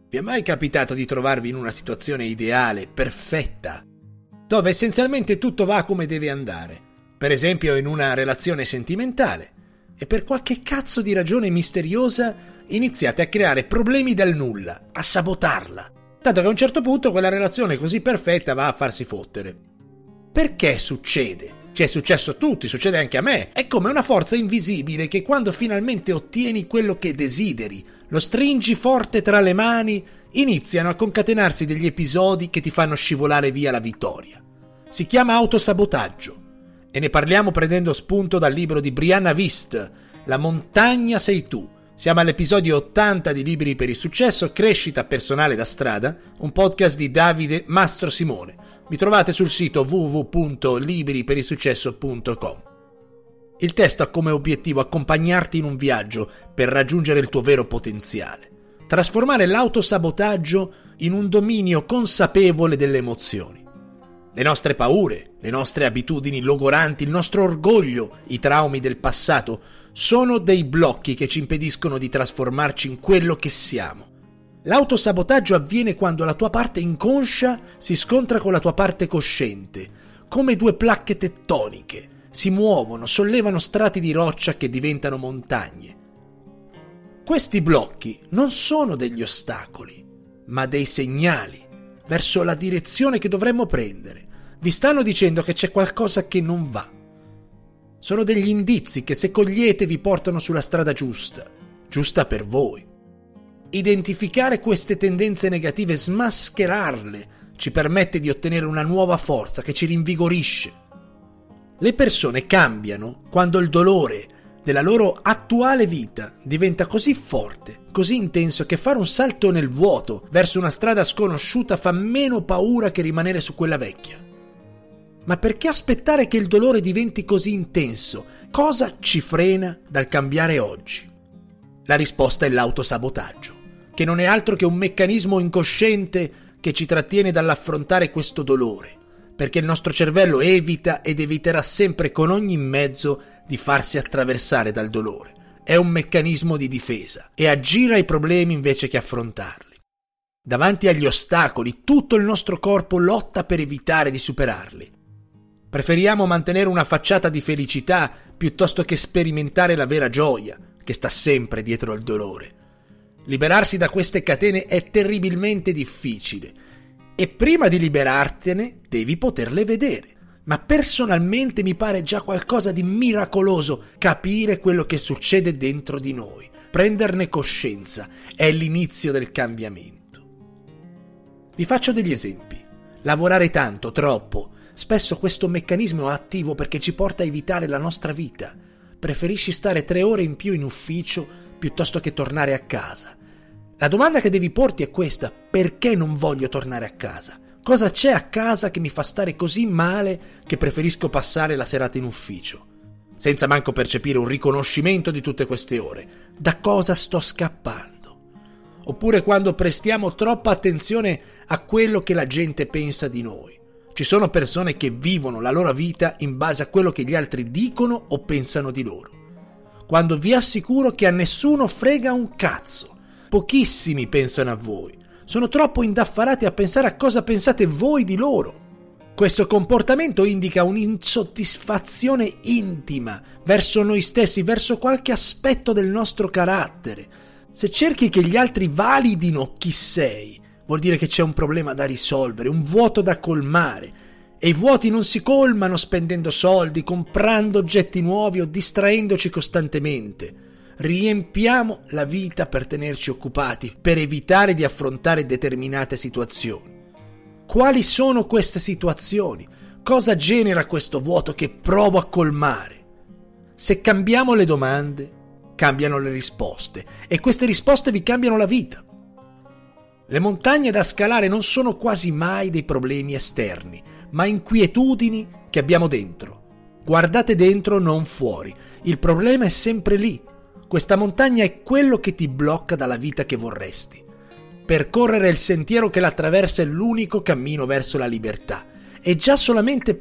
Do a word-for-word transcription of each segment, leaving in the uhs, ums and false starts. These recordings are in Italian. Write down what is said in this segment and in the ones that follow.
Vi è mai capitato di trovarvi in una situazione ideale, perfetta, dove essenzialmente tutto va come deve andare? Per esempio in una relazione sentimentale, e per qualche cazzo di ragione misteriosa iniziate a creare problemi dal nulla, a sabotarla, tanto che a un certo punto quella relazione così perfetta va a farsi fottere. Perché succede? Ci è successo a tutti, succede anche a me. È come una forza invisibile che quando finalmente ottieni quello che desideri, lo stringi forte tra le mani, iniziano a concatenarsi degli episodi che ti fanno scivolare via la vittoria. Si chiama autosabotaggio e ne parliamo prendendo spunto dal libro di Brianna Wiest, La montagna sei tu. Siamo all'episodio ottanta di Libri per il successo, crescita personale da strada, un podcast di Davide Mastro Simone. Mi trovate sul sito w w w punto libri per il successo punto com. Il testo ha come obiettivo accompagnarti in un viaggio per raggiungere il tuo vero potenziale, trasformare l'autosabotaggio in un dominio consapevole delle emozioni. Le nostre paure, le nostre abitudini logoranti, il nostro orgoglio, i traumi del passato sono dei blocchi che ci impediscono di trasformarci in quello che siamo. L'autosabotaggio avviene quando la tua parte inconscia si scontra con la tua parte cosciente, come due placche tettoniche, si muovono, sollevano strati di roccia che diventano montagne. Questi blocchi non sono degli ostacoli, ma dei segnali verso la direzione che dovremmo prendere. Vi stanno dicendo che c'è qualcosa che non va. Sono degli indizi che, se cogliete, vi portano sulla strada giusta, giusta per voi. Identificare queste tendenze negative, smascherarle, ci permette di ottenere una nuova forza che ci rinvigorisce. Le persone cambiano quando il dolore della loro attuale vita diventa così forte, così intenso, che fare un salto nel vuoto verso una strada sconosciuta fa meno paura che rimanere su quella vecchia. Ma perché aspettare che il dolore diventi così intenso? Cosa ci frena dal cambiare oggi? La risposta è l'autosabotaggio, che non è altro che un meccanismo incosciente che ci trattiene dall'affrontare questo dolore, perché il nostro cervello evita ed eviterà sempre con ogni mezzo di farsi attraversare dal dolore. È un meccanismo di difesa e aggira ai problemi invece che affrontarli. Davanti agli ostacoli, tutto il nostro corpo lotta per evitare di superarli. Preferiamo mantenere una facciata di felicità piuttosto che sperimentare la vera gioia che sta sempre dietro al dolore. Liberarsi da queste catene è terribilmente difficile e prima di liberartene devi poterle vedere. Ma personalmente mi pare già qualcosa di miracoloso capire quello che succede dentro di noi. Prenderne coscienza è l'inizio del cambiamento. Vi faccio degli esempi. Lavorare tanto, troppo. Spesso questo meccanismo è attivo perché ci porta a evitare la nostra vita. Preferisci stare tre ore in più in ufficio piuttosto che tornare a casa. La domanda che devi porti è questa: perché non voglio tornare a casa? Cosa c'è a casa che mi fa stare così male che preferisco passare la serata in ufficio? Senza manco percepire un riconoscimento di tutte queste ore. Da cosa sto scappando? Oppure quando prestiamo troppa attenzione a quello che la gente pensa di noi. Ci sono persone che vivono la loro vita in base a quello che gli altri dicono o pensano di loro. Quando vi assicuro che a nessuno frega un cazzo. Pochissimi pensano a voi. Sono troppo indaffarati a pensare a cosa pensate voi di loro. Questo comportamento indica un'insoddisfazione intima verso noi stessi, verso qualche aspetto del nostro carattere. Se cerchi che gli altri validino chi sei, vuol dire che c'è un problema da risolvere, un vuoto da colmare. E i vuoti non si colmano spendendo soldi, comprando oggetti nuovi o distraendoci costantemente. Riempiamo la vita per tenerci occupati, per evitare di affrontare determinate situazioni. Quali sono queste situazioni? Cosa genera questo vuoto che provo a colmare? Se cambiamo le domande, cambiano le risposte, e queste risposte vi cambiano la vita. Le montagne da scalare non sono quasi mai dei problemi esterni, ma inquietudini che abbiamo dentro. Guardate dentro, non fuori. Il problema è sempre lì. Questa montagna è quello che ti blocca dalla vita che vorresti. Percorrere il sentiero che la attraversa è l'unico cammino verso la libertà. E già solamente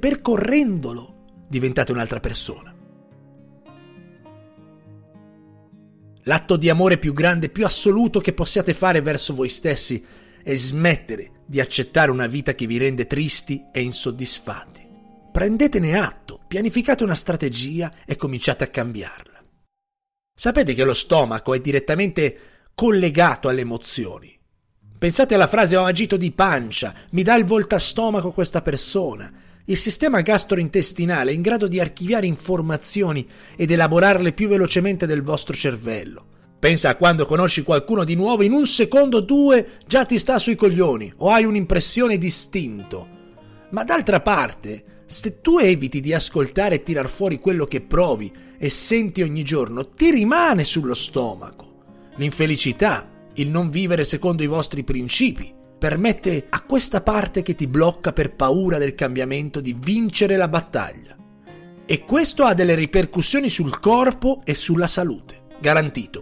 percorrendolo diventate un'altra persona. L'atto di amore più grande, più assoluto che possiate fare verso voi stessi è smettere di accettare una vita che vi rende tristi e insoddisfatti. Prendetene atto, pianificate una strategia e cominciate a cambiarla. Sapete che lo stomaco è direttamente collegato alle emozioni. Pensate alla frase "ho agito di pancia, mi dà il voltastomaco questa persona". Il sistema gastrointestinale è in grado di archiviare informazioni ed elaborarle più velocemente del vostro cervello. Pensa a quando conosci qualcuno di nuovo, in un secondo o due già ti sta sui coglioni o hai un'impressione d'istinto. Ma d'altra parte, se tu eviti di ascoltare e tirar fuori quello che provi e senti ogni giorno, ti rimane sullo stomaco. L'infelicità, il non vivere secondo i vostri principi, permette a questa parte che ti blocca per paura del cambiamento di vincere la battaglia. E questo ha delle ripercussioni sul corpo e sulla salute, garantito.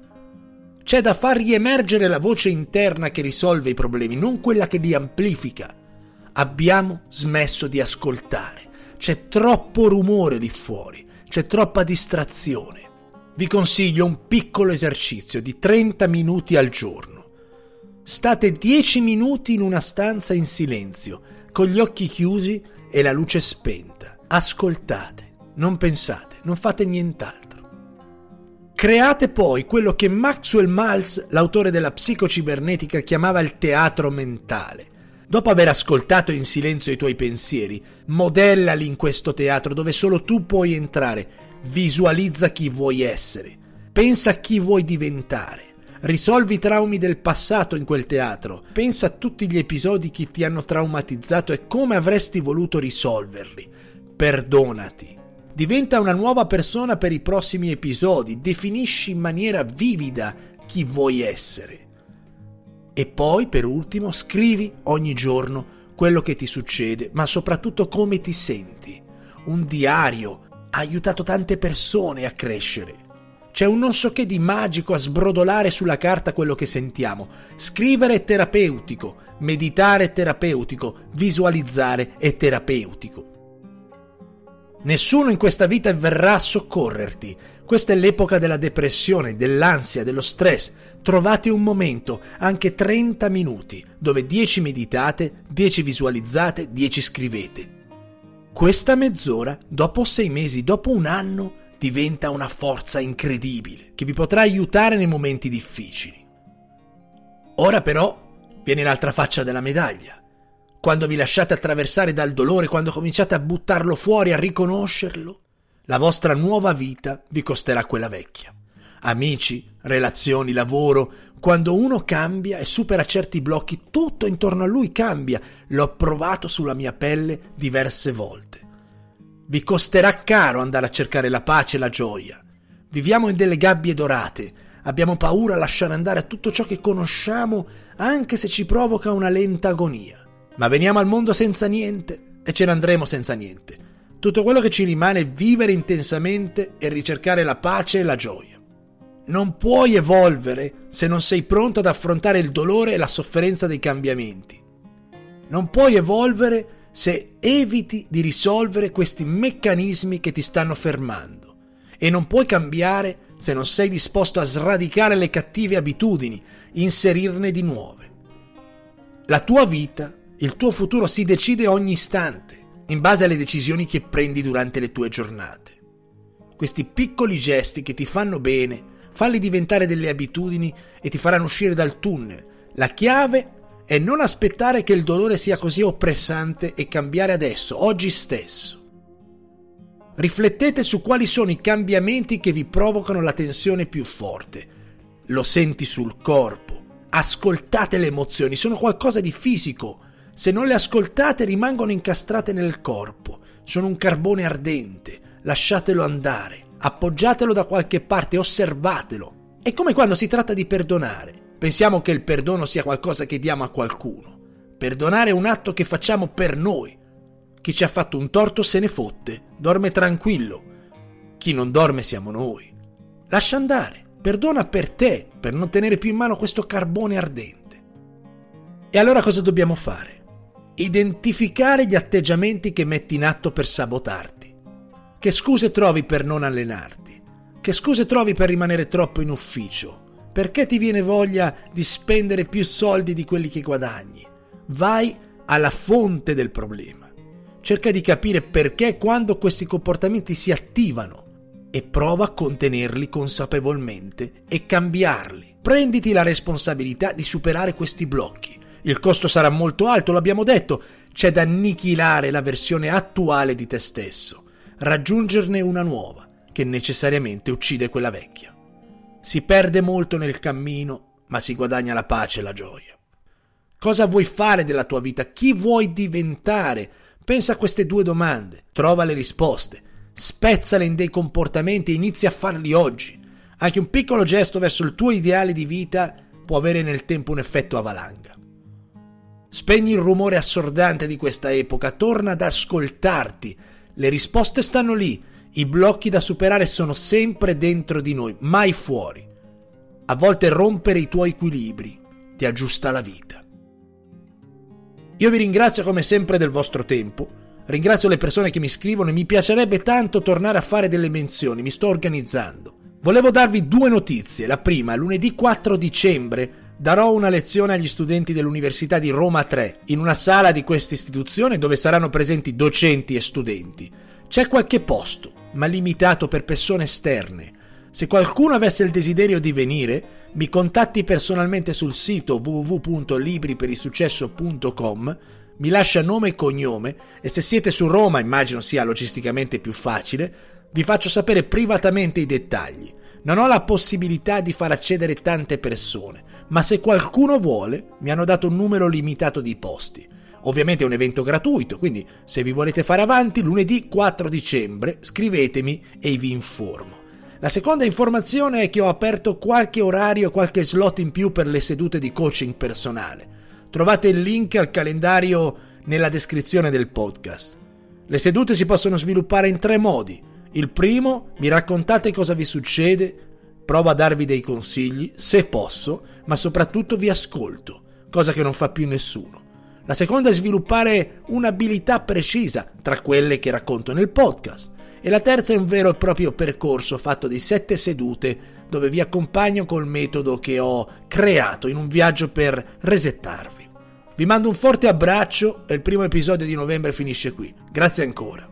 C'è da far riemergere la voce interna che risolve i problemi, non quella che li amplifica. Abbiamo smesso di ascoltare. C'è troppo rumore lì fuori, c'è troppa distrazione. Vi consiglio un piccolo esercizio di trenta minuti al giorno. State dieci minuti in una stanza in silenzio, con gli occhi chiusi e la luce spenta. Ascoltate, non pensate, non fate nient'altro. Create poi quello che Maxwell Maltz, l'autore della psicocibernetica, chiamava il teatro mentale. Dopo aver ascoltato in silenzio i tuoi pensieri, modellali in questo teatro dove solo tu puoi entrare. Visualizza chi vuoi essere. Pensa a chi vuoi diventare. Risolvi i traumi del passato in quel teatro. Pensa a tutti gli episodi che ti hanno traumatizzato e come avresti voluto risolverli. Perdonati. Diventa una nuova persona per i prossimi episodi. Definisci in maniera vivida chi vuoi essere. E poi, per ultimo, scrivi ogni giorno quello che ti succede, ma soprattutto come ti senti. Un diario ha aiutato tante persone a crescere. C'è un non so che di magico a sbrodolare sulla carta quello che sentiamo. Scrivere è terapeutico, meditare è terapeutico, visualizzare è terapeutico. Nessuno in questa vita verrà a soccorrerti. Questa è l'epoca della depressione, dell'ansia, dello stress. Trovate un momento, anche trenta minuti, dove dieci meditate, dieci visualizzate, dieci scrivete. Questa mezz'ora, dopo sei mesi, dopo un anno, diventa una forza incredibile che vi potrà aiutare nei momenti difficili. Ora però viene l'altra faccia della medaglia. Quando vi lasciate attraversare dal dolore, quando cominciate a buttarlo fuori, a riconoscerlo, la vostra nuova vita vi costerà quella vecchia. Amici, relazioni, lavoro, quando uno cambia e supera certi blocchi, tutto intorno a lui cambia. L'ho provato sulla mia pelle diverse volte. Vi costerà caro andare a cercare la pace e la gioia. Viviamo in delle gabbie dorate, abbiamo paura a lasciare andare tutto ciò che conosciamo, anche se ci provoca una lenta agonia. Ma veniamo al mondo senza niente e ce ne andremo senza niente. Tutto quello che ci rimane è vivere intensamente e ricercare la pace e la gioia. Non puoi evolvere se non sei pronto ad affrontare il dolore e la sofferenza dei cambiamenti. Non puoi evolvere se eviti di risolvere questi meccanismi che ti stanno fermando. E non puoi cambiare se non sei disposto a sradicare le cattive abitudini, inserirne di nuove. La tua vita, il tuo futuro si decide ogni istante, in base alle decisioni che prendi durante le tue giornate. Questi piccoli gesti che ti fanno bene, falli diventare delle abitudini e ti faranno uscire dal tunnel. La chiave è non aspettare che il dolore sia così oppressante e cambiare adesso, oggi stesso. Riflettete su quali sono i cambiamenti che vi provocano la tensione più forte. Lo senti sul corpo. Ascoltate le emozioni, sono qualcosa di fisico. Se non le ascoltate rimangono incastrate nel corpo. Sono un carbone ardente. Lasciatelo andare. Appoggiatelo da qualche parte, osservatelo. È come quando si tratta di perdonare. Pensiamo che il perdono sia qualcosa che diamo a qualcuno. Perdonare è un atto che facciamo per noi. Chi ci ha fatto un torto se ne fotte, dorme tranquillo. Chi non dorme siamo noi. Lascia andare, perdona per te, per non tenere più in mano questo carbone ardente. E allora cosa dobbiamo fare? Identificare gli atteggiamenti che metti in atto per sabotarti. Che scuse trovi per non allenarti? Che scuse trovi per rimanere troppo in ufficio? Perché ti viene voglia di spendere più soldi di quelli che guadagni? Vai alla fonte del problema. Cerca di capire perché e quando questi comportamenti si attivano e prova a contenerli consapevolmente e cambiarli. Prenditi la responsabilità di superare questi blocchi. Il costo sarà molto alto, l'abbiamo detto, c'è da annichilare la versione attuale di te stesso, raggiungerne una nuova, che necessariamente uccide quella vecchia. Si perde molto nel cammino, ma si guadagna la pace e la gioia. Cosa vuoi fare della tua vita? Chi vuoi diventare? Pensa a queste due domande, trova le risposte, spezzale in dei comportamenti e inizia a farli oggi. Anche un piccolo gesto verso il tuo ideale di vita può avere nel tempo un effetto a valanga. Spegni il rumore assordante di questa epoca, torna ad ascoltarti. Le risposte stanno lì, i blocchi da superare sono sempre dentro di noi, mai fuori. A volte rompere i tuoi equilibri ti aggiusta la vita. Io vi ringrazio come sempre del vostro tempo, ringrazio le persone che mi scrivono e mi piacerebbe tanto tornare a fare delle menzioni, mi sto organizzando. Volevo darvi due notizie. La prima, lunedì quattro dicembre darò una lezione agli studenti dell'Università di Roma tre in una sala di questa istituzione dove saranno presenti docenti e studenti. C'è qualche posto, ma limitato per persone esterne. Se qualcuno avesse il desiderio di venire, mi contatti personalmente sul sito w w w punto libri per il successo punto com, mi lascia nome e cognome e se siete su Roma, immagino sia logisticamente più facile, vi faccio sapere privatamente i dettagli. Non ho la possibilità di far accedere tante persone, ma se qualcuno vuole, mi hanno dato un numero limitato di posti. Ovviamente è un evento gratuito, quindi se vi volete fare avanti, lunedì quattro dicembre, scrivetemi e vi informo. La seconda informazione è che ho aperto qualche orario, qualche slot in più per le sedute di coaching personale. Trovate il link al calendario nella descrizione del podcast. Le sedute si possono sviluppare in tre modi. Il primo, mi raccontate cosa vi succede, provo a darvi dei consigli, se posso, ma soprattutto vi ascolto, cosa che non fa più nessuno. La seconda è sviluppare un'abilità precisa tra quelle che racconto nel podcast. E la terza è un vero e proprio percorso fatto di sette sedute dove vi accompagno col metodo che ho creato in un viaggio per resettarvi. Vi mando un forte abbraccio e il primo episodio di novembre finisce qui. Grazie ancora.